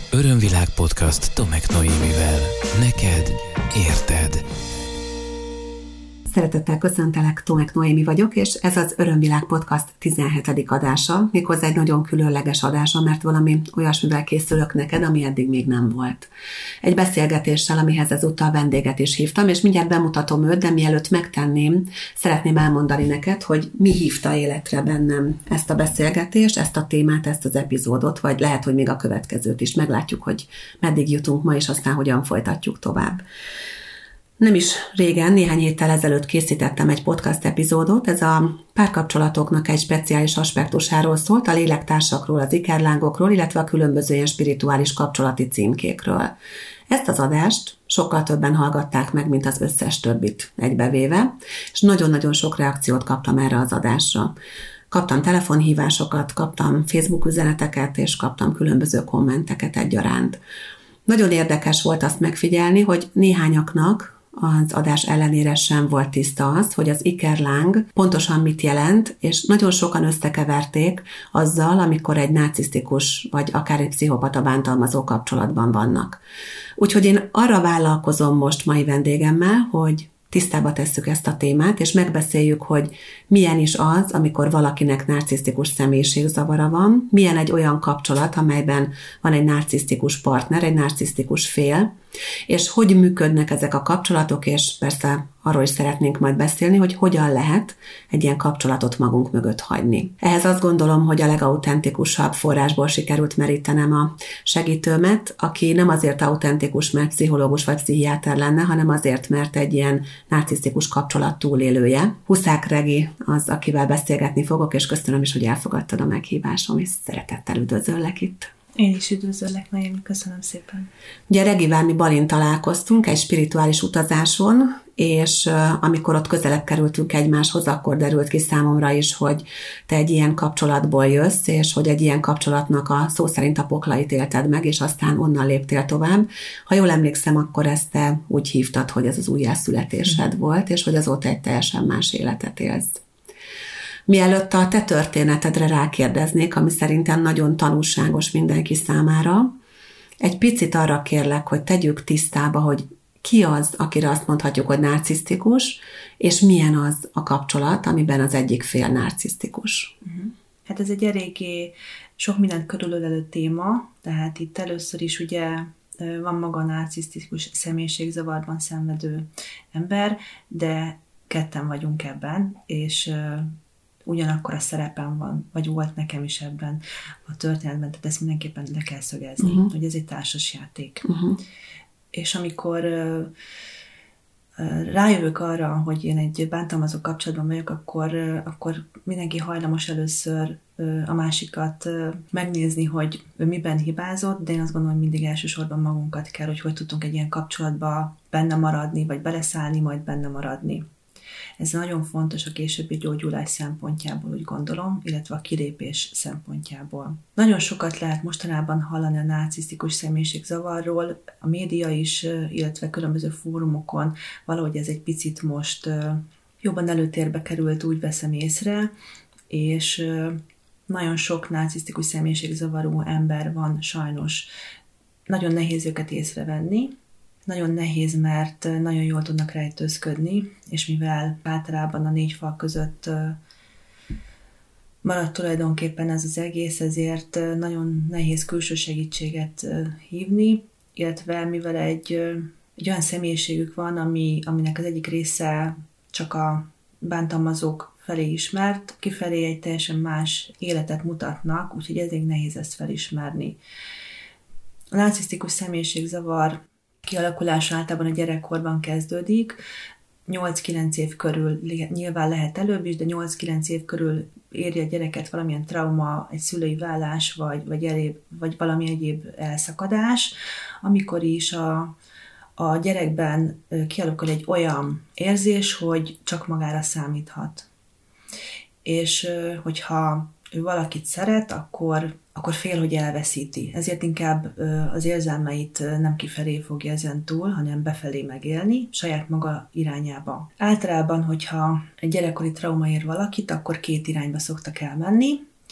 Örömvilág podcast Tomek Noémivel. Neked érted. Szeretettel köszöntelek, Tomek Noémi vagyok, és ez az Örömvilág podcast 17. adása, méghozzá egy nagyon különleges adása, mert valami olyasmivel készülök neked, ami eddig még nem volt. Egy beszélgetéssel, amihez ezúttal vendéget is hívtam, és mindjárt bemutatom őt, de mielőtt megtenném, szeretném elmondani neked, hogy mi hívta életre bennem ezt a beszélgetést, ezt a témát, ezt az epizódot, vagy lehet, hogy még a következőt is. Meglátjuk, hogy meddig jutunk ma, és aztán hogyan folytatjuk tovább. Nem is régen, néhány héttel ezelőtt készítettem egy podcast epizódot, ez a párkapcsolatoknak egy speciális aspektusáról szólt, a lélektársakról, az ikerlángokról, illetve a különböző ilyen spirituális kapcsolati címkékről. Ezt az adást sokkal többen hallgatták meg, mint az összes többit egybevéve, és nagyon-nagyon sok reakciót kaptam erre az adásra. Kaptam telefonhívásokat, kaptam Facebook üzeneteket, és kaptam különböző kommenteket egyaránt. Nagyon érdekes volt azt megfigyelni, hogy néhányaknak az adás ellenére sem volt tiszta az, hogy az ikerláng pontosan mit jelent, és nagyon sokan összekeverték azzal, amikor egy narcisztikus vagy akár egy pszichopata bántalmazó kapcsolatban vannak. Úgyhogy én arra vállalkozom most mai vendégemmel, hogy tisztába tesszük ezt a témát, és megbeszéljük, hogy milyen is az, amikor valakinek narcisztikus személyiségzavara van, milyen egy olyan kapcsolat, amelyben van egy narcisztikus partner, egy narcisztikus fél, és hogy működnek ezek a kapcsolatok, és persze arról is szeretnénk majd beszélni, hogy hogyan lehet egy ilyen kapcsolatot magunk mögött hagyni. Ehhez azt gondolom, hogy a legautentikusabb forrásból sikerült merítenem a segítőmet, aki nem azért autentikus, mert pszichológus vagy pszichiáter lenne, hanem azért, mert egy ilyen narcisztikus kapcsolat túlélője. Huszák Regi az, akivel beszélgetni fogok, és köszönöm is, hogy elfogadtad a meghívásom, és szeretettel üdvözöllek itt. Én is üdvözöllek, nagyon köszönöm szépen. Ugye Regivel mi Balin találkoztunk egy spirituális utazáson, és amikor ott közelebb kerültünk egymáshoz, akkor derült ki számomra is, hogy te egy ilyen kapcsolatból jössz, és hogy egy ilyen kapcsolatnak a szó szerint a poklait élted meg, és aztán onnan léptél tovább. Ha jól emlékszem, akkor ezt te úgy hívtad, hogy ez az újjászületésed volt, és hogy azóta egy teljesen más életet élsz. Mielőtt a te történetedre rákérdeznék, ami szerintem nagyon tanulságos mindenki számára, egy picit arra kérlek, hogy tegyük tisztába, hogy ki az, akire azt mondhatjuk, hogy narcisztikus, és milyen az a kapcsolat, amiben az egyik fél narcisztikus. Hát ez egy eléggé sok mindent körülölelő téma, tehát itt először is ugye van maga a narcisztikus személyiségzavarban szenvedő ember, de ketten vagyunk ebben, és ugyanakkor a szerepem van, vagy volt nekem is ebben a történetben, tehát ezt mindenképpen le kell szögezni, hogy ez egy társasjáték. És amikor rájövök arra, hogy én egy bántalmazó kapcsolatban vagyok, akkor mindenki hajlamos először a másikat megnézni, hogy ő miben hibázott, de én azt gondolom, hogy mindig elsősorban magunkat kell, hogy tudtunk egy ilyen kapcsolatba benne maradni, vagy beleszállni, majd benne maradni. Ez nagyon fontos a későbbi gyógyulás szempontjából, úgy gondolom, illetve a kilépés szempontjából. Nagyon sokat lehet mostanában hallani a narcisztikus személyiségzavarról, a média is, illetve különböző fórumokon valahogy ez egy picit most jobban előtérbe került, úgy veszem észre, és nagyon sok narcisztikus személyiségzavarú ember van sajnos. Nagyon nehéz őket észrevenni. Nagyon nehéz, mert nagyon jól tudnak rejtőzködni, és mivel általában a négy fal között maradt tulajdonképpen ez az egész, ezért nagyon nehéz külső segítséget hívni, illetve mivel egy olyan személyiségük van, aminek az egyik része csak a bántalmazók felé ismert, kifelé egy teljesen más életet mutatnak, úgyhogy ezért nehéz ezt felismerni. A narcisztikus személyiségzavar kialakulása általában a gyerekkorban kezdődik, 8-9 év körül, nyilván lehet előbb is, de 8-9 év körül éri a gyereket valamilyen trauma, egy szülői válás, vagy valami egyéb elszakadás, amikor is a gyerekben kialakul egy olyan érzés, hogy csak magára számíthat. És hogyha ő valakit szeret, akkor fél, hogy elveszíti. Ezért inkább az érzelmeit nem kifelé fogja ezen túl, hanem befelé megélni, saját maga irányába. Általában, hogyha egy gyerekkori trauma ér valakit, akkor két irányba szoktak elmenni.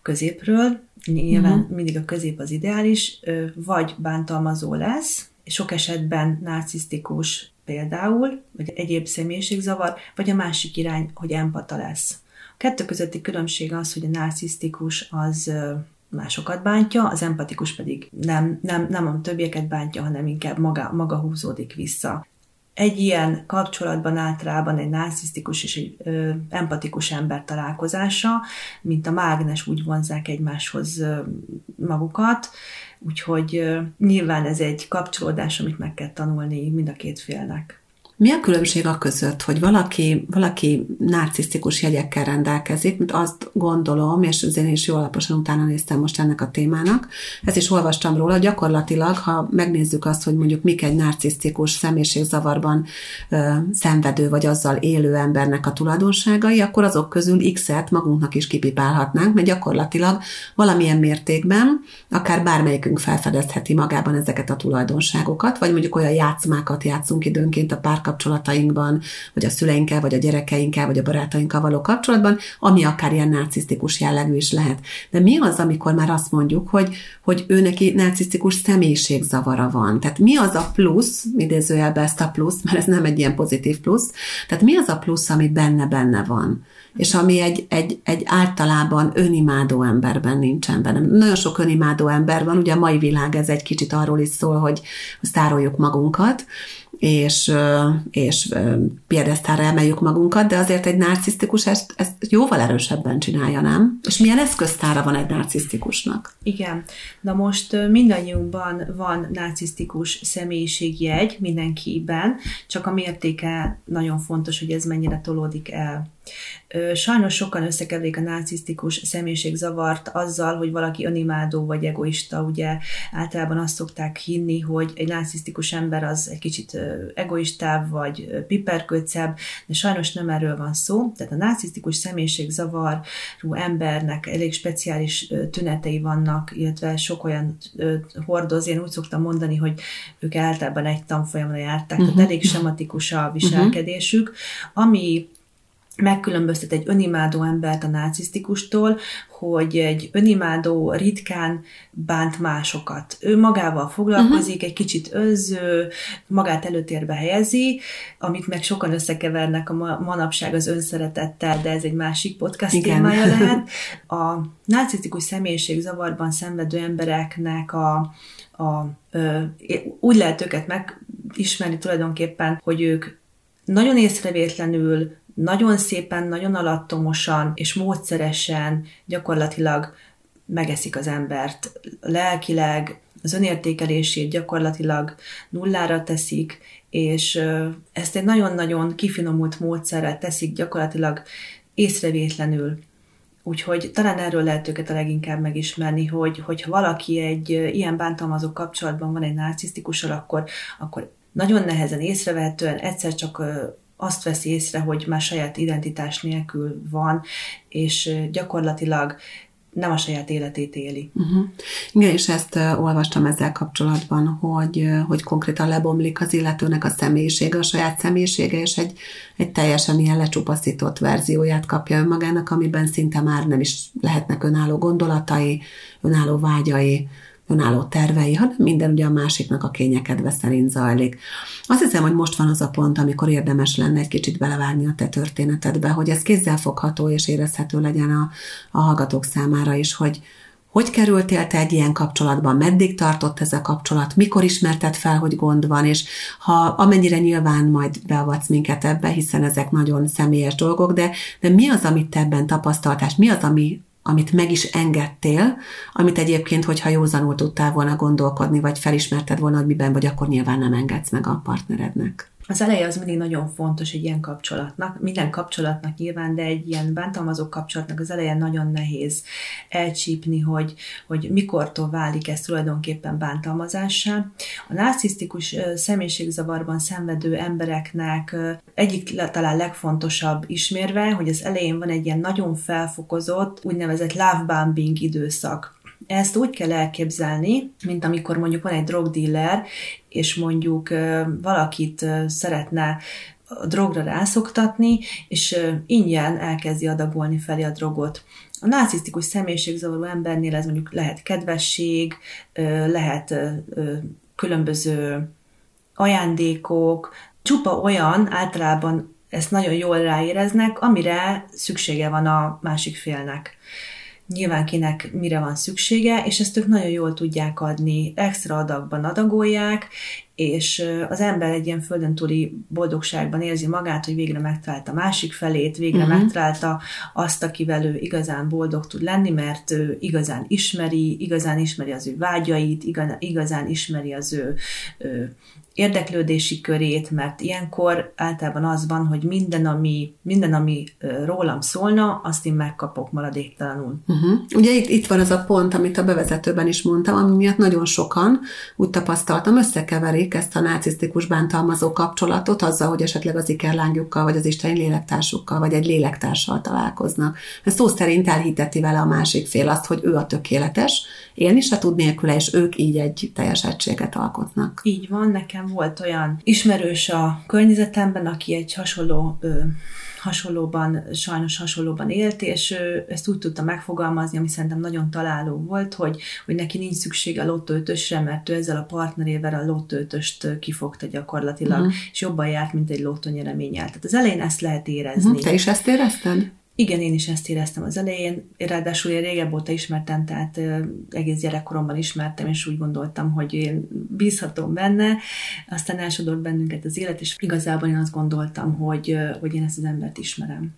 középről, nyilván mindig a közép az ideális, vagy bántalmazó lesz, sok esetben narcisztikus például, vagy egyéb személyiségzavar, vagy a másik irány, hogy empata lesz. A kettő közötti különbség az, hogy a narcisztikus az másokat bántja, az empatikus pedig nem a többieket bántja, hanem inkább maga húzódik vissza. Egy ilyen kapcsolatban általában egy narcisztikus és egy empatikus ember találkozása, mint a mágnes, úgy vonzzák egymáshoz magukat, úgyhogy nyilván ez egy kapcsolódás, amit meg kell tanulni mind a két félnek. Mi a különbség a között, hogy valaki narcisztikus jegyekkel rendelkezik, mint azt gondolom, és én is jól alaposan utána néztem most ennek a témának, ezt is olvastam róla, gyakorlatilag, ha megnézzük azt, hogy mondjuk mik egy narcisztikus személyiségzavarban szenvedő, vagy azzal élő embernek a tulajdonságai, akkor azok közül X-et magunknak is kipipálhatnánk, mert gyakorlatilag valamilyen mértékben akár bármelyikünk felfedezheti magában ezeket a tulajdonságokat, vagy mondjuk olyan játszmákat játszunk időnként a párkapcsolatainkban, vagy a szüleinkkel, vagy a gyerekeinkkel, vagy a barátainkkal való kapcsolatban, ami akár ilyen narcisztikus jellegű is lehet. De mi az, amikor már azt mondjuk, hogy ő neki narcisztikus személyiségzavara van? Tehát mi az a plusz, idézőjelben ezt a plusz, mert ez nem egy ilyen pozitív plusz, tehát mi az a plusz, ami benne van? És ami egy általában önimádó emberben nincsen benne. Nagyon sok önimádó ember van, ugye a mai világ ez egy kicsit arról is szól, hogy sztároljuk magunkat, és piedesztálra emeljük magunkat, de azért egy narcisztikus ezt jóval erősebben csinálja, nem? És milyen eszköztára van egy narcisztikusnak? Igen. Na most mindannyiunkban van narcisztikus személyiségjegy mindenkiben, csak a mértéke nagyon fontos, hogy ez mennyire tolódik el. Sajnos sokan összekeverik a narcisztikus személyiségzavart azzal, hogy valaki önimádó vagy egoista. Ugye általában azt szokták hinni, hogy egy narcisztikus ember az egy kicsit egoistább vagy piperköccebb, de sajnos nem erről van szó. Tehát a narcisztikus személyiségzavarú embernek elég speciális tünetei vannak, illetve sok olyan hordoz. Én úgy szoktam mondani, hogy ők általában egy tanfolyamra járták, tehát elég sematikus a viselkedésük, ami megkülönböztet egy önimádó embert a narcisztikustól, hogy egy önimádó ritkán bánt másokat. Ő magával foglalkozik, egy kicsit önző, magát előtérbe helyezi, amit meg sokan összekevernek a manapság az önszeretettel, de ez egy másik podcast témája lehet. A narcisztikus személyiségzavarban szenvedő embereknek úgy lehet őket megismerni tulajdonképpen, hogy ők nagyon észrevétlenül, nagyon szépen, nagyon alattomosan és módszeresen gyakorlatilag megeszik az embert. Lelkileg, az önértékelését gyakorlatilag nullára teszik, és ezt egy nagyon-nagyon kifinomult módszerrel teszik gyakorlatilag észrevétlenül. Úgyhogy talán erről lehet őket a leginkább megismerni, hogyha valaki egy ilyen bántalmazó kapcsolatban van egy narcisztikussal, akkor nagyon nehezen észrevehetően egyszer csak azt veszi észre, hogy már saját identitás nélkül van, és gyakorlatilag nem a saját életét éli. Igen, és ezt olvastam ezzel kapcsolatban, hogy konkrétan lebomlik az illetőnek a személyisége, a saját személyisége, és egy teljesen ilyen lecsupaszított verzióját kapja önmagának, amiben szinte már nem is lehetnek önálló gondolatai, önálló vágyai, önálló tervei, hanem minden ugye a másiknak a kényekedve szerint zajlik. Azt hiszem, hogy most van az a pont, amikor érdemes lenne egy kicsit belevágni a te történetedbe, hogy ez kézzelfogható és érezhető legyen a hallgatók számára is, hogy kerültél te egy ilyen kapcsolatban, meddig tartott ez a kapcsolat, mikor ismerted fel, hogy gond van, és amennyire nyilván majd beavatsz minket ebbe, hiszen ezek nagyon személyes dolgok, de mi az, amit te ebben tapasztaltál, mi az, amit meg is engedtél, amit egyébként, hogyha józanul tudtál volna gondolkodni, vagy felismerted volna, hogy miben vagy, akkor nyilván nem engedsz meg a partnerednek. Az eleje az mindig nagyon fontos egy ilyen kapcsolatnak, minden kapcsolatnak nyilván, de egy ilyen bántalmazó kapcsolatnak az eleje nagyon nehéz elcsípni, hogy mikortól válik ez tulajdonképpen bántalmazássá. A narcisztikus személyiségzavarban szenvedő embereknek egyik talán legfontosabb ismérve, hogy az elején van egy ilyen nagyon felfokozott, úgynevezett love bombing időszak. Ezt úgy kell elképzelni, mint amikor mondjuk van egy drogdíler, és mondjuk valakit szeretne a drogra rászoktatni, és ingyen elkezdi adagolni felé a drogot. A narcisztikus személyiségzavaró embernél ez mondjuk lehet kedvesség, lehet különböző ajándékok, csupa olyan, általában ezt nagyon jól ráéreznek, amire szüksége van a másik félnek. Nyilván kinek mire van szüksége, és ezt ők nagyon jól tudják adni, extra adagban adagolják, és az ember egy ilyen földön túli boldogságban érzi magát, hogy végre megtalálta a másik felét, végre megtalálta azt, akivel ő igazán boldog tud lenni, mert ő igazán ismeri az ő vágyait, igazán ismeri az ő érdeklődési körét, mert ilyenkor általában az van, hogy minden, ami rólam szólna, azt én megkapok maradéktalanul. Ugye itt van az a pont, amit a bevezetőben is mondtam, ami miatt nagyon sokan, úgy tapasztaltam, összekeverik ezt a narcisztikus bántalmazó kapcsolatot azzal, hogy esetleg az ikerlángjukkal, vagy az isteni lélektársukkal, vagy egy lélektársal találkoznak. Ez szó szerint elhiteti vele a másik fél azt, hogy ő a tökéletes, élni se tud nélküle, és ők így egy teljes egységet alkotnak. Így van, nekem volt olyan ismerős a környezetemben, aki egy sajnos hasonlóban élt, és ezt úgy tudta megfogalmazni, ami szerintem nagyon találó volt, hogy neki nincs szüksége a Lotto 5-ösre, mert ő ezzel a partnerével a Lotto 5-öst kifogta gyakorlatilag, és jobban járt, mint egy lottó nyereménnyel. Tehát az elején ezt lehet érezni. Te is ezt érezted? Igen, én is ezt éreztem az elején, ráadásul én régebb óta ismertem, tehát egész gyerekkoromban ismertem, és úgy gondoltam, hogy én bízhatom benne, aztán elsodort bennünket az élet, és igazából én azt gondoltam, hogy én ezt az embert ismerem.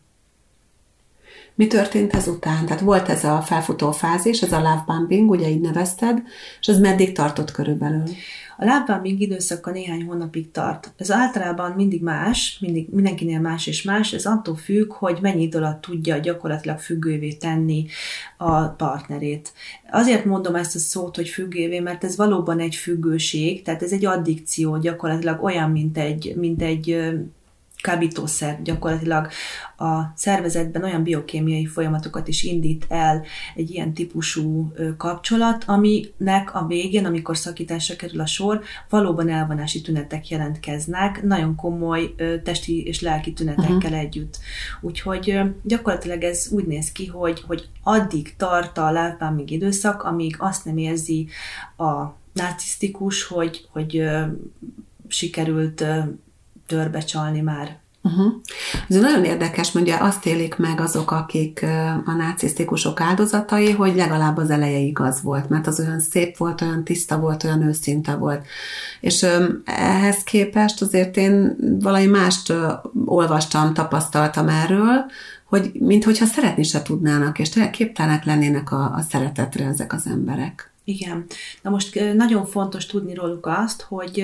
Mi történt ezután? Tehát volt ez a felfutó fázis, ez a love bombing, ugye így nevezted, és ez meddig tartott körülbelül? A love bombing időszaka néhány hónapig tart. Ez általában mindig más, mindenkinél más és más, ez attól függ, hogy mennyi idő alatt tudja gyakorlatilag függővé tenni a partnerét. Azért mondom ezt a szót, hogy függővé, mert ez valóban egy függőség, tehát ez egy addikció, gyakorlatilag olyan, mint egy kábítószer, gyakorlatilag a szervezetben olyan biokémiai folyamatokat is indít el egy ilyen típusú kapcsolat, aminek a végén, amikor szakításra kerül a sor, valóban elvonási tünetek jelentkeznek, nagyon komoly testi és lelki tünetekkel együtt. Úgyhogy gyakorlatilag ez úgy néz ki, hogy addig tart a love bombing időszak, amíg azt nem érzi a narcisztikus, hogy sikerült törbe csalni már. Ez nagyon érdekes, mert ugye azt élik meg azok, akik a narcisztikusok áldozatai, hogy legalább az eleje igaz volt, mert az olyan szép volt, olyan tiszta volt, olyan őszinte volt. És ehhez képest azért én valami mást olvastam, tapasztaltam erről, hogy minthogyha szeretni se tudnának, és tényleg képtelenek lennének a szeretetre ezek az emberek. Igen. Na most nagyon fontos tudni róluk azt, hogy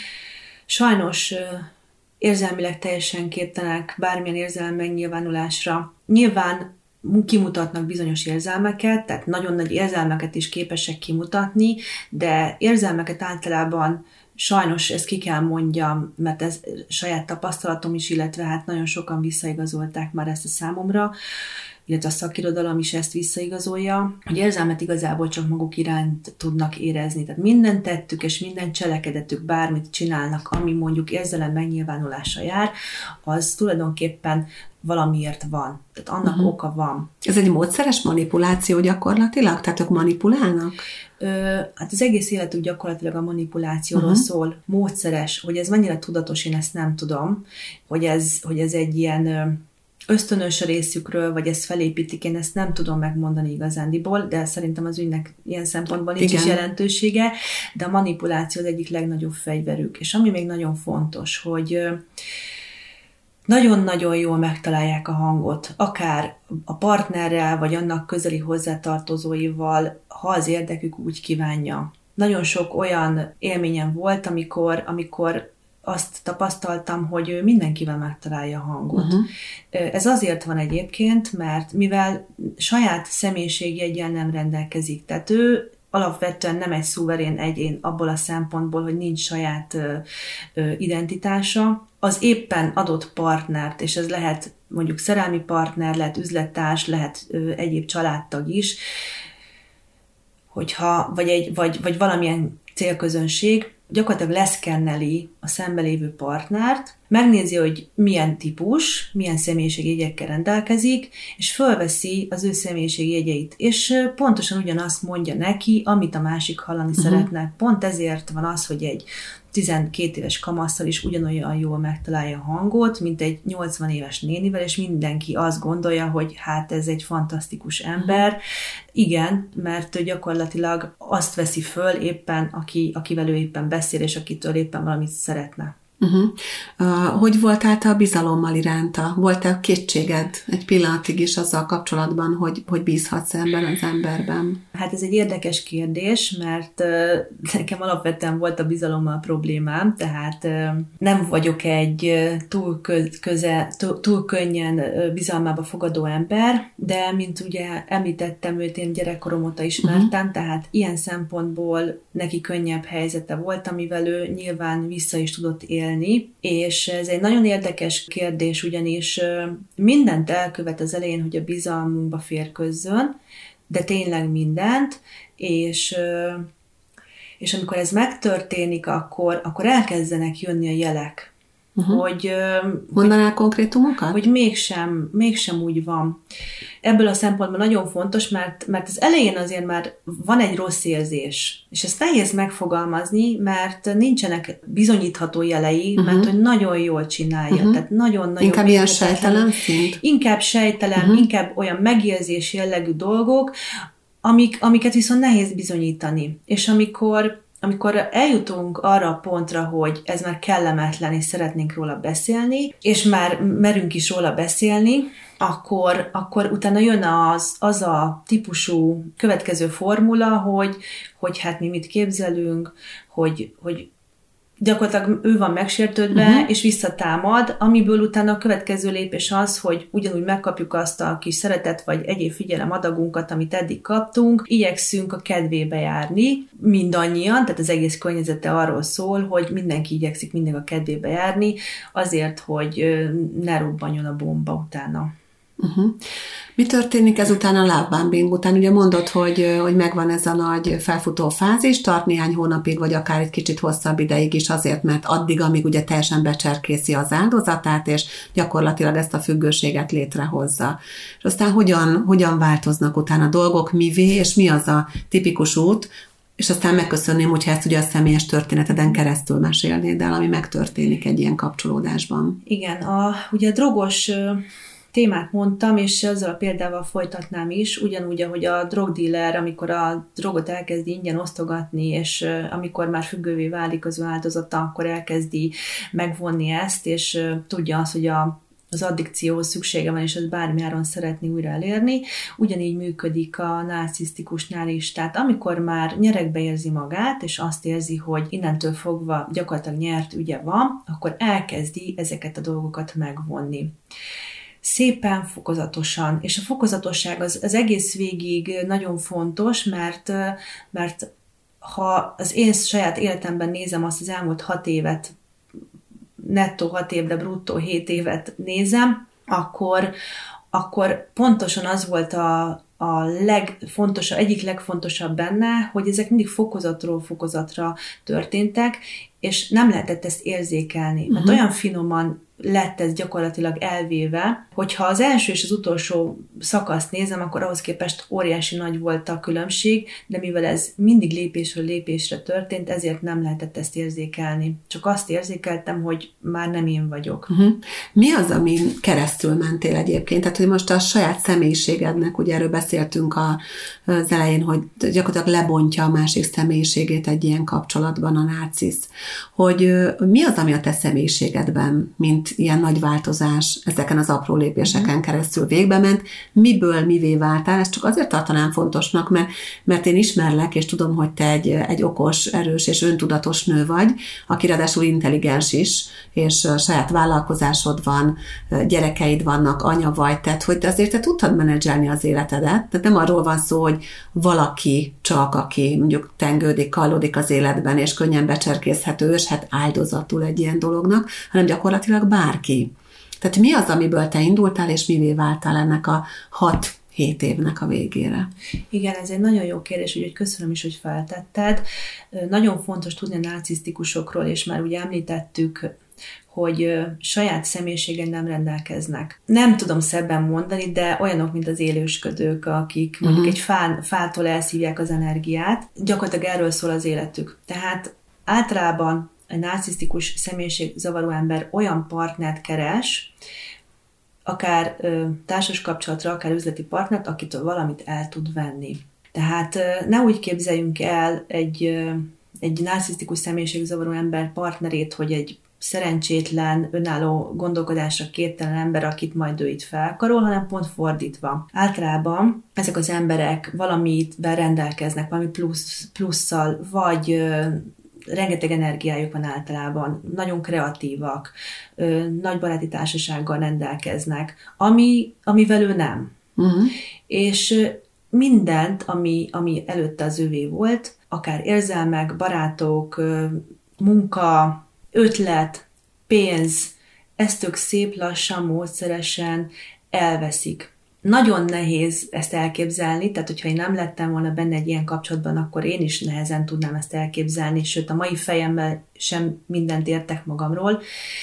sajnos érzelmileg teljesen képtelenek bármilyen érzelem megnyilvánulásra. Nyilván kimutatnak bizonyos érzelmeket, tehát nagyon nagy érzelmeket is képesek kimutatni, de érzelmeket általában sajnos ezt ki kell mondjam, mert ez saját tapasztalatom is, illetve hát nagyon sokan visszaigazolták már ezt a számomra, illetve a szakirodalom is ezt visszaigazolja, hogy érzelmet igazából csak maguk iránt tudnak érezni. Tehát minden tettük és minden cselekedetük, bármit csinálnak, ami mondjuk érzelem megnyilvánulása jár, az tulajdonképpen valamiért van. Tehát annak oka van. Ez egy módszeres manipuláció gyakorlatilag? Tehát ők manipulálnak? Hát az egész életük gyakorlatilag a manipulációról szól. Módszeres, hogy ez mennyire tudatos, én ezt nem tudom, hogy ez egy ilyen ösztönös részükről, vagy ezt felépítik, én ezt nem tudom megmondani igazándiból, de szerintem az ügynek ilyen szempontból nincs is jelentősége, de a manipuláció az egyik legnagyobb fegyverük. És ami még nagyon fontos, hogy nagyon-nagyon jól megtalálják a hangot, akár a partnerrel, vagy annak közeli hozzátartozóival, ha az érdekük úgy kívánja. Nagyon sok olyan élményem volt, amikor azt tapasztaltam, hogy ő mindenkivel megtalálja a hangot. Ez azért van egyébként, mert mivel saját személyiségjeggyel nem rendelkezik, tehát ő alapvetően nem egy szuverén egyén abból a szempontból, hogy nincs saját identitása, az éppen adott partnert, és ez lehet mondjuk szerelmi partner, lehet üzlettárs, lehet egyéb családtag is, vagy valamilyen célközönség, gyakorlatilag leszkenneli a szembelévő partnert, megnézi, hogy milyen típus, milyen személyiségjegyekkel rendelkezik, és fölveszi az ő személyiségjegyeit. És pontosan ugyanazt mondja neki, amit a másik hallani szeretne. Pont ezért van az, hogy egy 12 éves kamasszal is ugyanolyan jól megtalálja a hangot, mint egy 80 éves nénivel, és mindenki azt gondolja, hogy hát ez egy fantasztikus ember. Igen, mert gyakorlatilag azt veszi föl éppen, akivel ő éppen beszél, és akitől éppen valamit szeretne. Hogy voltál te a bizalommal iránta? Volt-e kétséged egy pillanatig is azzal kapcsolatban, hogy bízhatsz ebben az emberben? Hát ez egy érdekes kérdés, mert nekem alapvetően volt a bizalommal problémám, tehát nem vagyok egy túl könnyen bizalmába fogadó ember, de mint ugye említettem, őt én gyerekkorom óta ismertem, tehát ilyen szempontból neki könnyebb helyzete volt, amivel ő nyilván vissza is tudott élni, és ez egy nagyon érdekes kérdés, ugyanis mindent elkövet az elején, hogy a bizalmunkba férkőzzön, de tényleg mindent, és amikor ez megtörténik, akkor elkezdenek jönni a jelek. Hogy, mondanál konkrétumokat? Hogy mégsem úgy van. Ebből a szempontból nagyon fontos, mert az elején azért már van egy rossz érzés, és ezt nehéz megfogalmazni, mert nincsenek bizonyítható jelei, mert hogy nagyon jól csinálja. Tehát nagyon-nagyon inkább ilyen sejtelen szint? Inkább sejtelen, inkább olyan megérzés jellegű dolgok, amiket viszont nehéz bizonyítani. És amikor eljutunk arra a pontra, hogy ez már kellemetlen, és szeretnénk róla beszélni, és már merünk is róla beszélni, akkor utána jön az a típusú következő formula, hogy hát mi mit képzelünk, hogy gyakorlatilag ő van megsértődve, és visszatámad, amiből utána a következő lépés az, hogy ugyanúgy megkapjuk azt a kis szeretet, vagy egyéb figyelem-adagunkat, amit eddig kaptunk, igyekszünk a kedvébe járni, mindannyian, tehát az egész környezete arról szól, hogy mindenki igyekszik mindig a kedvébe járni, azért, hogy ne robbanjon a bomba utána. Mi történik ezután a love bombing után? Ugye mondod, hogy megvan ez a nagy felfutó fázis, tart néhány hónapig, vagy akár egy kicsit hosszabb ideig is azért, mert addig, amíg ugye teljesen becserkészi az áldozatát, és gyakorlatilag ezt a függőséget létrehozza. És aztán hogyan változnak utána a dolgok, mivé, és mi az a tipikus út, és aztán megköszönném, hogyha ezt ugye a személyes történeteden keresztül mesélnéd el, ami megtörténik egy ilyen kapcsolódásban. Igen, ugye a drogos témát mondtam, és ezzel a példával folytatnám is, ugyanúgy, ahogy a drogdíler, amikor a drogot elkezdi ingyen osztogatni, és amikor már függővé válik az ő áldozata, akkor elkezdi megvonni ezt, és tudja azt, hogy az addikcióhoz szüksége van, és ezt bármiáron szeretné újra elérni. Ugyanígy működik a narcisztikusnál is. Tehát amikor már nyeregbe érzi magát, és azt érzi, hogy innentől fogva gyakorlatilag nyert ügye van, akkor elkezdi ezeket a dolgokat megvonni. Szépen, fokozatosan. És a fokozatosság az egész végig nagyon fontos, mert ha az én saját életemben nézem azt az elmúlt 6 évet, nettó 6 év, de bruttó 7 évet nézem, akkor pontosan az volt egyik legfontosabb benne, hogy ezek mindig fokozatról fokozatra történtek, és nem lehetett ezt érzékelni, mert olyan finoman lett ez gyakorlatilag elvéve, hogyha az első és az utolsó szakaszt nézem, akkor ahhoz képest óriási nagy volt a különbség, de mivel ez mindig lépésről lépésre történt, ezért nem lehetett ezt érzékelni. Csak azt érzékeltem, hogy már nem én vagyok. Mi az, amin keresztül mentél egyébként? Tehát, hogy most a saját személyiségednek, ugye erről beszéltünk az elején, hogy gyakorlatilag lebontja a másik személyiségét egy ilyen kapcsolatban a narcisz. Hogy mi az, ami a te személyiségedben, mint ilyen nagy változás ezeken az apró lépéseken keresztül végbe ment, miből mivé váltál, ezt csak azért tartanám fontosnak, mert én ismerlek, és tudom, hogy te egy okos, erős és öntudatos nő vagy, aki ráadásul intelligens is, és saját vállalkozásod van, gyerekeid vannak, anya vagy, tehát hogy azért te tudtad menedzselni az életedet, tehát nem arról van szó, hogy valaki csak, aki mondjuk tengődik, kallódik az életben, és könnyen becserkészhető, és hát áldozatul egy ilyen dolognak, hanem gyakorlatilag bárki. Tehát mi az, amiből te indultál, és mivé váltál ennek a 6-7 évnek a végére? Igen, ez egy nagyon jó kérdés, úgyhogy köszönöm is, hogy feltetted. Nagyon fontos tudni a narcisztikusokról, és már ugye említettük hogy saját személyiségen nem rendelkeznek. Nem tudom szebben mondani, de olyanok, mint az élősködők, akik mondjuk egy fától elszívják az energiát. Gyakorlatilag erről szól az életük. Tehát általában egy narcisztikus személyiségzavaró ember olyan partnert keres, akár társas kapcsolatra, akár üzleti partnert, akitől valamit el tud venni. Tehát ne úgy képzeljünk el egy narcisztikus személyiségzavaró ember partnerét, hogy egy szerencsétlen, önálló gondolkodásra képtelen ember, akit majd ő itt felkarol, hanem pont fordítva. Általában ezek az emberek valamivel rendelkeznek, valami plusszal, vagy rengeteg energiájuk van általában, nagyon kreatívak, nagy baráti társasággal rendelkeznek, amivel ő nem. És mindent, ami előtte az övé volt, akár érzelmek, barátok, munka, ötlet, pénz, ezt ők szép lassan, módszeresen elveszik. Nagyon nehéz ezt elképzelni, tehát hogyha én nem lettem volna benne egy ilyen kapcsolatban, akkor én is nehezen tudnám ezt elképzelni, sőt a mai fejemmel sem mindent értek magamról,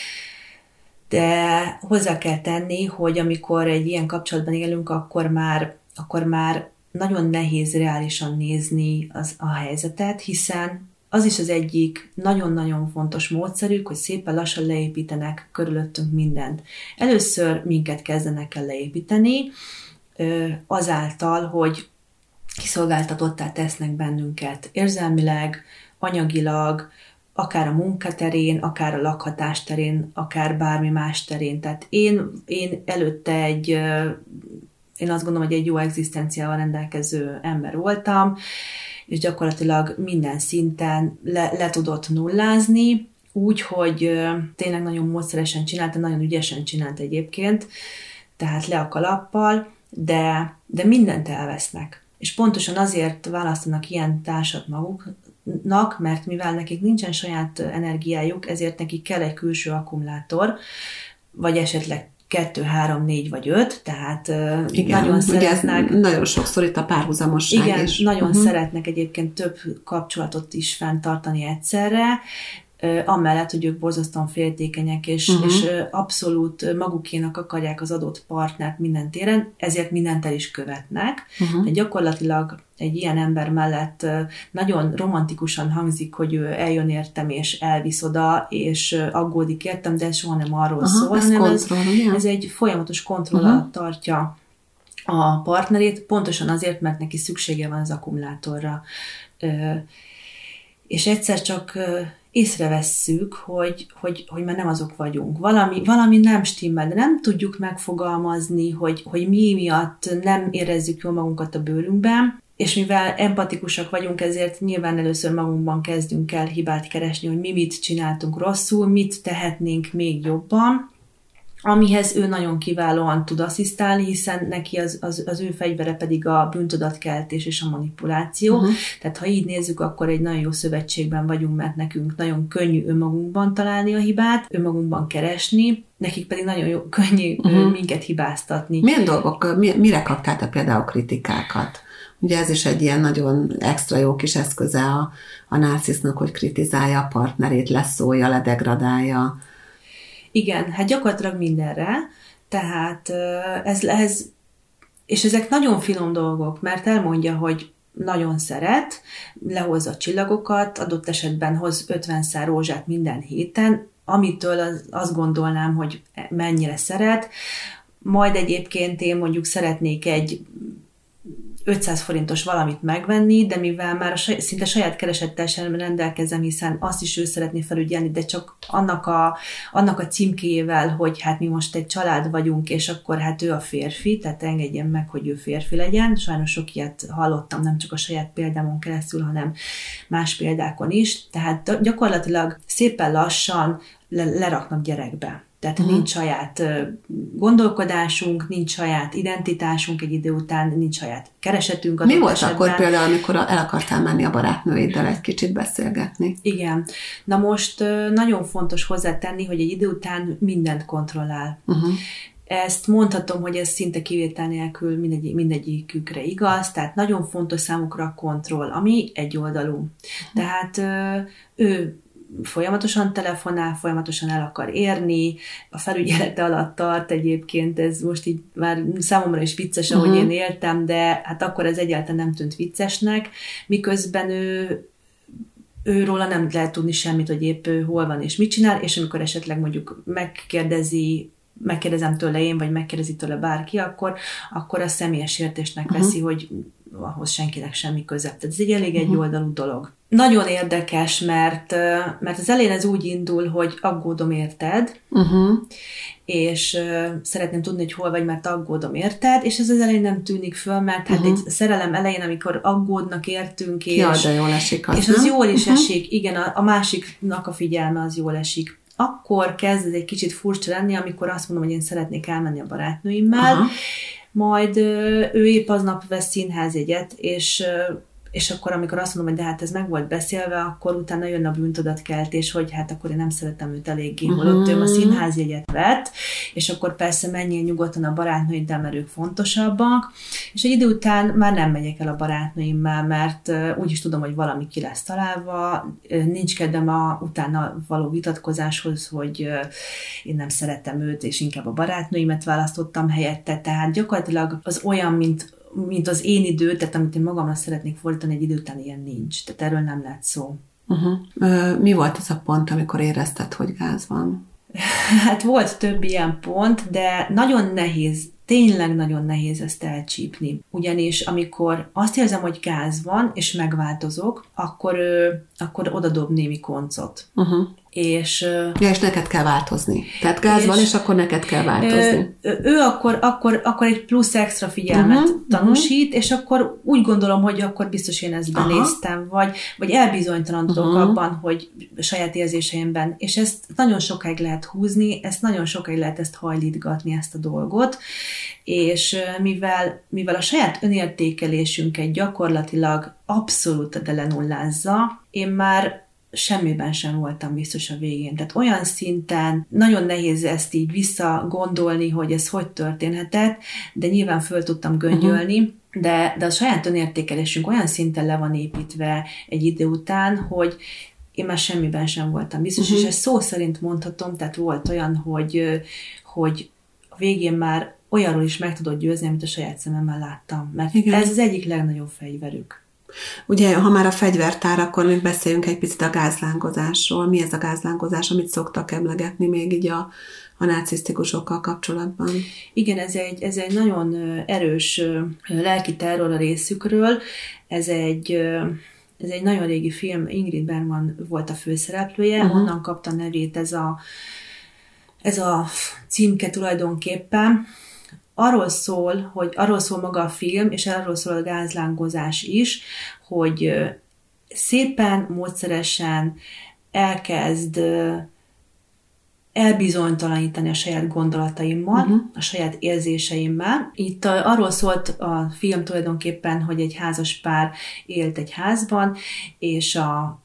de hozzá kell tenni, hogy amikor egy ilyen kapcsolatban élünk, akkor már nagyon nehéz reálisan nézni a helyzetet, hiszen az is az egyik nagyon-nagyon fontos módszerük, hogy szépen lassan leépítenek körülöttünk mindent. Először minket kezdenek el leépíteni, azáltal, hogy kiszolgáltatottá tesznek bennünket érzelmileg, anyagilag, akár a munkaterén, akár a lakhatás terén, akár bármi más terén. Tehát én előtte én azt gondolom, hogy egy jó egzisztenciával rendelkező ember voltam, és gyakorlatilag minden szinten le tudott nullázni, úgy, hogy tényleg nagyon módszeresen csinálta, nagyon ügyesen csinált egyébként, tehát le a kalappal, de mindent elvesznek. És pontosan azért választanak ilyen társat maguknak, mert mivel nekik nincsen saját energiájuk, ezért nekik kell egy külső akkumulátor, vagy esetleg 2, 3, 4 vagy 5, tehát igen, nagyon szeretnek. Nagyon sokszor itt a párhuzamosság. Igen, nagyon szeretnek egyébként több kapcsolatot is fenntartani egyszerre, amellett, hogy ők borzasztóan féltékenyek, és abszolút magukénak akarják az adott partnert minden téren, ezért mindent el is követnek. De gyakorlatilag egy ilyen ember mellett nagyon romantikusan hangzik, hogy ő eljön értem, és elvisz oda, és aggódik értem, de ez soha nem arról szól, hanem ez egy folyamatos kontroll alatt tartja a partnerét, pontosan azért, mert neki szüksége van az akkumulátorra. És egyszer csak észrevesszük, hogy már nem azok vagyunk. Valami nem stimmel, de nem tudjuk megfogalmazni, hogy mi miatt nem érezzük jól magunkat a bőrünkben, és mivel empatikusak vagyunk, ezért nyilván először magunkban kezdünk el hibát keresni, hogy mi mit csináltunk rosszul, mit tehetnénk még jobban, amihez ő nagyon kiválóan tud asszisztálni, hiszen neki az ő fegyvere pedig a bűntudatkeltés és a manipuláció. Tehát ha így nézzük, akkor egy nagyon jó szövetségben vagyunk, mert nekünk nagyon könnyű önmagunkban találni a hibát, önmagunkban keresni, nekik pedig nagyon könnyű minket hibáztatni. Milyen dolgok, mire kaptál te például kritikákat? Ugye ez is egy ilyen nagyon extra jó kis eszköze a narcisznak, hogy kritizálja a partnerét, leszólja, ledegradálja. Igen, hát gyakorlatilag mindenre, tehát és ezek nagyon finom dolgok, mert elmondja, hogy nagyon szeret, lehozza a csillagokat, adott esetben hoz 50-szer rózsát minden héten, amitől azt gondolnám, hogy mennyire szeret, majd egyébként én mondjuk szeretnék egy 500 forintos valamit megvenni, de mivel már szinte saját keresettel sem rendelkezem, hiszen azt is ő szeretné felügyelni, de csak annak a címkéjével, hogy hát mi most egy család vagyunk, és akkor hát ő a férfi, tehát engedjen meg, hogy ő férfi legyen. Sajnos sok ilyet hallottam, nem csak a saját példámon keresztül, hanem más példákon is. Tehát gyakorlatilag szépen lassan leraknak gyerekbe. Tehát nincs saját gondolkodásunk, nincs saját identitásunk egy idő után, nincs saját keresetünk. Mi volt akkor például, amikor el akartál menni a barátnőiddel egy kicsit beszélgetni? Igen. Na most nagyon fontos hozzátenni, hogy egy idő után mindent kontrollál. Ezt mondhatom, hogy ez szinte kivétel nélkül mindegyikükre igaz, tehát nagyon fontos számukra a kontroll, ami egyoldalú. Tehát ő folyamatosan telefonál, folyamatosan el akar érni, a felügyelete alatt tart egyébként, ez most így már számomra is vicces, ahogy én éltem, de hát akkor ez egyáltalán nem tűnt viccesnek, miközben őróla nem lehet tudni semmit, hogy épp hol van és mit csinál, és amikor esetleg mondjuk megkérdezem tőle én, vagy megkérdezi tőle bárki, akkor a személyes értésnek veszi, hogy ahhoz senkinek semmi köze. Tehát ez egy elég egyoldalú dolog. Nagyon érdekes, mert az elején ez úgy indul, hogy aggódom érted, és szeretném tudni, hogy hol vagy, mert aggódom érted, és ez az elején nem tűnik föl, mert hát egy szerelem elején, amikor aggódnak értünk, és de jól esik az, és az jól is esik, igen, a másiknak a figyelme az jól esik. Akkor kezd ez egy kicsit furcsa lenni, amikor azt mondom, hogy én szeretnék elmenni a barátnőimmel, majd ő épp aznap vesz színházjegyet, és akkor, amikor azt mondom, hogy de hát ez meg volt beszélve, akkor utána jön a bűntudatkeltés, hogy hát akkor én nem szeretem őt eléggé, holott ő a színházjegyet vett, és akkor persze menjél nyugodtan a barátnőiddel, mert ők fontosabbak, és egy idő után már nem megyek el a barátnőimmel, mert úgyis tudom, hogy valami ki lesz találva, nincs kedvem utána való vitatkozáshoz, hogy én nem szeretem őt, és inkább a barátnőimet választottam helyette, tehát gyakorlatilag az olyan, mint az én idő, tehát amit én magamra szeretnék fordítani, egy idő után ilyen nincs. Tehát erről nem lehet szó. Mi volt az a pont, amikor érezted, hogy gáz van? Hát volt több ilyen pont, de nagyon nehéz, tényleg nagyon nehéz ezt elcsípni. Ugyanis amikor azt érzem, hogy gáz van, és megváltozok, akkor odadob némi koncot. És neked kell változni. Tehát gáz van, és akkor neked kell változni. Ő akkor egy plusz extra figyelmet tanúsít, és akkor úgy gondolom, hogy akkor biztos én ezt benéztem, vagy elbizonytalanodok abban, hogy saját érzéseimben, és ezt nagyon sokáig lehet húzni, nagyon sokáig lehet ezt hajlítgatni, ezt a dolgot, és mivel a saját önértékelésünket gyakorlatilag abszolút de lenullázza, én már semmiben sem voltam biztos a végén. Tehát olyan szinten nagyon nehéz ezt így visszagondolni, hogy ez hogy történhetett, de nyilván föl tudtam göngyölni, de a saját önértékelésünk olyan szinten le van építve egy idő után, hogy én már semmiben sem voltam biztos, és ezt szó szerint mondhatom, tehát volt olyan, hogy a végén már olyanról is meg tudod győzni, amit a saját szememmel láttam. Mert ez az egyik legnagyobb fegyverük. Ugye, ha már a fegyvertár, akkor még beszéljünk egy picit a gázlángozásról. Mi ez a gázlángozás, amit szoktak emlegetni még így a narcisztikusokkal kapcsolatban? Igen, ez egy nagyon erős lelki terror a részükről. Ez egy nagyon régi film, Ingrid Bergman volt a főszereplője, onnan kapta nevét ez a címke tulajdonképpen. Arról szól maga a film, és arról szól a gázlángozás is, hogy szépen, módszeresen elkezd elbizonytalanítani a saját gondolataimmal, a saját érzéseimmel. Itt arról szólt a film tulajdonképpen, hogy egy házas pár élt egy házban, és a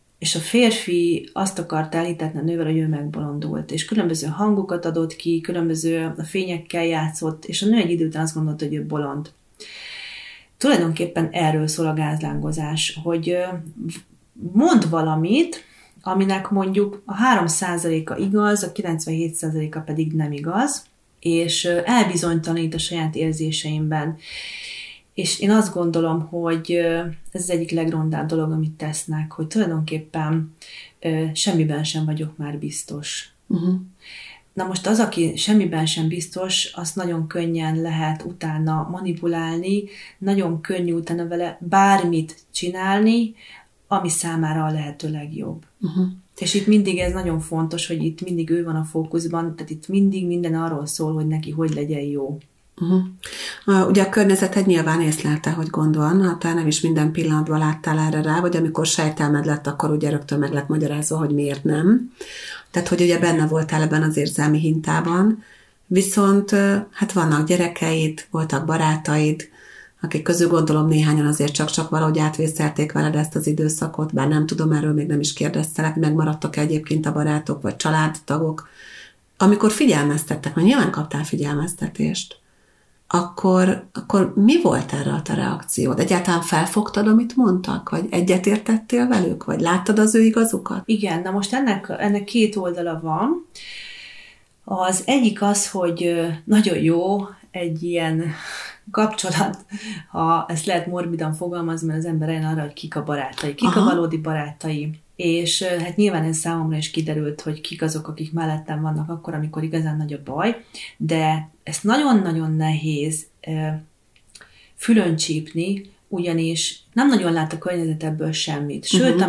férfi azt akarta elhitetni a nővel, hogy ő megbolondult, és különböző hangokat adott ki, különböző fényekkel játszott, és a nő egy idő után azt gondolta, hogy ő bolond. Tulajdonképpen erről szól a gázlángozás, hogy mond valamit, aminek mondjuk a 3%-a igaz, a 97%-a pedig nem igaz, és elbizonytalanít a saját érzéseimben. És én azt gondolom, hogy ez az egyik legrondább dolog, amit tesznek, hogy tulajdonképpen semmiben sem vagyok már biztos. Na most az, aki semmiben sem biztos, azt nagyon könnyen lehet utána manipulálni, nagyon könnyű utána vele bármit csinálni, ami számára a lehető legjobb. És itt mindig ez nagyon fontos, hogy itt mindig ő van a fókuszban, tehát itt mindig minden arról szól, hogy neki hogy legyen jó. Ugye a környezeted nyilván észlelte, hogy gond van, ha talán nem is minden pillanatban láttál erre rá, vagy amikor sejtelmed lett, akkor ugye rögtön meg lett magyarázva, hogy miért nem. Tehát, hogy ugye benne voltál ebben az érzelmi hintában, viszont hát vannak gyerekeid, voltak barátaid, akik közül gondolom néhányan azért csak valahogy átvészelték veled ezt az időszakot, bár nem tudom, erről még nem is kérdeztelek, megmaradtak egyébként a barátok vagy családtagok, amikor figyelmeztettek, mert nyilván kaptál figyelmeztetést, akkor mi volt erre a te reakciód? Egyáltalán felfogtad, amit mondtak? Vagy egyetértettél velük? Vagy láttad az ő igazukat? Igen, na most ennek két oldala van. Az egyik az, hogy nagyon jó egy ilyen kapcsolat, ha ezt lehet morbidan fogalmazni, mert az ember eljön arra, hogy kik a barátai, kik a valódi barátai. És hát nyilván ez számomra is kiderült, hogy kik azok, akik mellettem vannak akkor, amikor igazán nagy a baj, de ezt nagyon-nagyon nehéz fülön csípni, ugyanis nem nagyon lát a környezet ebből semmit. Sőt,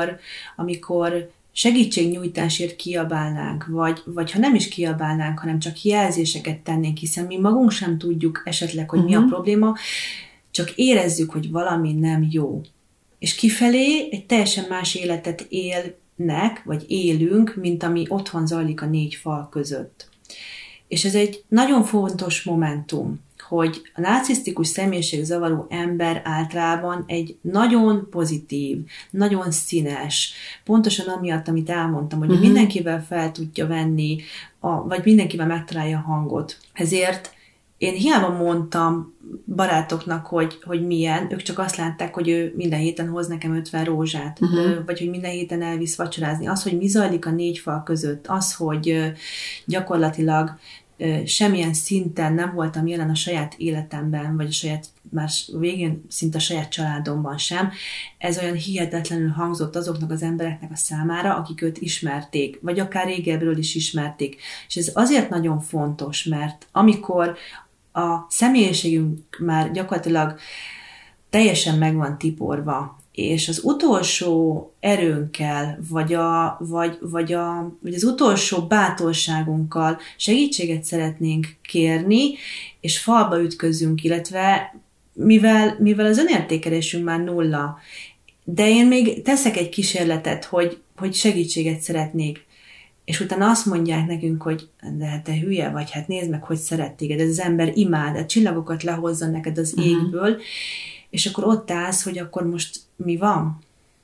amikor segítségnyújtásért kiabálnánk, vagy ha nem is kiabálnánk, hanem csak jelzéseket tennénk, hiszen mi magunk sem tudjuk esetleg, hogy mi a probléma, csak érezzük, hogy valami nem jó. És kifelé egy teljesen más életet élnek, vagy élünk, mint ami otthon zajlik a 4 fal között. És ez egy nagyon fontos momentum, hogy a narcisztikus személyiségzavarú ember általában egy nagyon pozitív, nagyon színes, pontosan amiatt, amit elmondtam, hogy mindenkivel fel tudja venni, vagy mindenkivel megtalálja a hangot. Ezért én hiába mondtam barátoknak, hogy milyen, ők csak azt látták, hogy ő minden héten hoz nekem 50 rózsát, vagy hogy minden héten elvisz vacsorázni. Az, hogy mi zajlik a 4 fal között, az, hogy gyakorlatilag semmilyen szinten nem voltam jelen a saját életemben, vagy már végén szinte a saját családomban sem, ez olyan hihetetlenül hangzott azoknak az embereknek a számára, akik őt ismerték, vagy akár régebről is ismerték. És ez azért nagyon fontos, mert amikor a személyiségünk már gyakorlatilag teljesen meg van tiporva, és az utolsó erőnkkel, vagy az utolsó bátorságunkkal segítséget szeretnénk kérni, és falba ütközünk, illetve mivel az önértékelésünk már 0, de én még teszek egy kísérletet, hogy segítséget szeretnék, és utána azt mondják nekünk, hogy de hát te hülye vagy, hát nézd meg, hogy szeret téged, ez az ember imád, a csillagokat lehozza neked az égből, és akkor ott állsz, hogy akkor most mi van?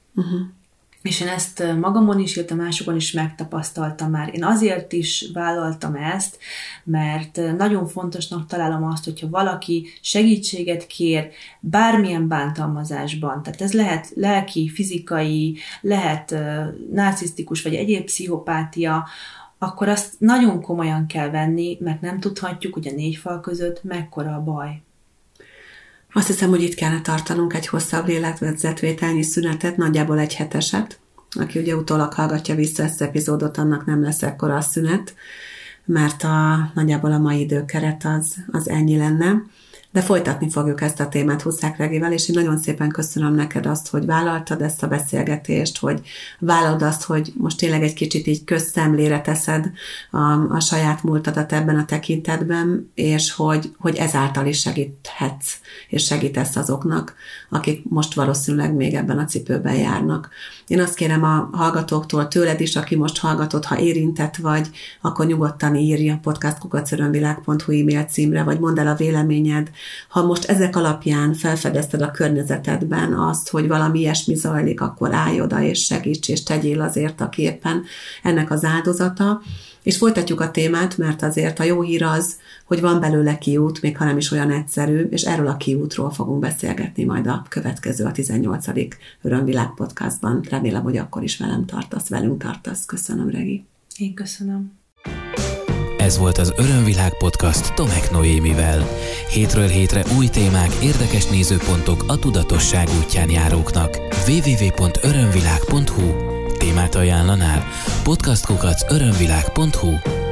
És én ezt magamon is, illetve másokon is megtapasztaltam már. Én azért is vállaltam ezt, mert nagyon fontosnak találom azt, hogyha valaki segítséget kér bármilyen bántalmazásban, tehát ez lehet lelki, fizikai, lehet narcisztikus vagy egyéb pszichopátia, akkor azt nagyon komolyan kell venni, mert nem tudhatjuk, hogy a 4 fal között mekkora a baj. Azt hiszem, hogy itt kellene tartanunk egy hosszabb lélegzetvételnyi szünetet, nagyjából egy heteset. Aki ugye utólag hallgatja vissza ezt az epizódot, annak nem lesz ekkora a szünet, mert nagyjából a mai időkeret az ennyi lenne. De folytatni fogjuk ezt a témát Huszák Regivel, és én nagyon szépen köszönöm neked azt, hogy vállaltad ezt a beszélgetést, hogy vállalod azt, hogy most tényleg egy kicsit így közszemlére teszed a saját múltadat ebben a tekintetben, és hogy ezáltal is segíthetsz, és segítesz azoknak, akik most valószínűleg még ebben a cipőben járnak. Én azt kérem a hallgatóktól, tőled is, aki most hallgatod, ha érintett vagy, akkor nyugodtan írj a podcast@örömvilág.hu e-mail címre, vagy mondd el a véleményed. Ha most ezek alapján felfedezted a környezetedben azt, hogy valami ilyesmi zajlik, akkor állj oda és segíts, és tegyél azért, aki éppen ennek az áldozata. És folytatjuk a témát, mert azért a jó hír az, hogy van belőle kiút, még ha nem is olyan egyszerű, és erről a kiútról fogunk beszélgetni majd a következő, a 18. Örömvilág podcastban. Remélem, hogy akkor is velünk tartasz. Köszönöm, Regi. Én köszönöm. Ez volt az Örömvilág podcast Tomek Noémivel. Hétről hétre új témák, érdekes nézőpontok a tudatosság útján járóknak. www.örömvilág.hu Témát ajánlanál? podcast@örömvilág.hu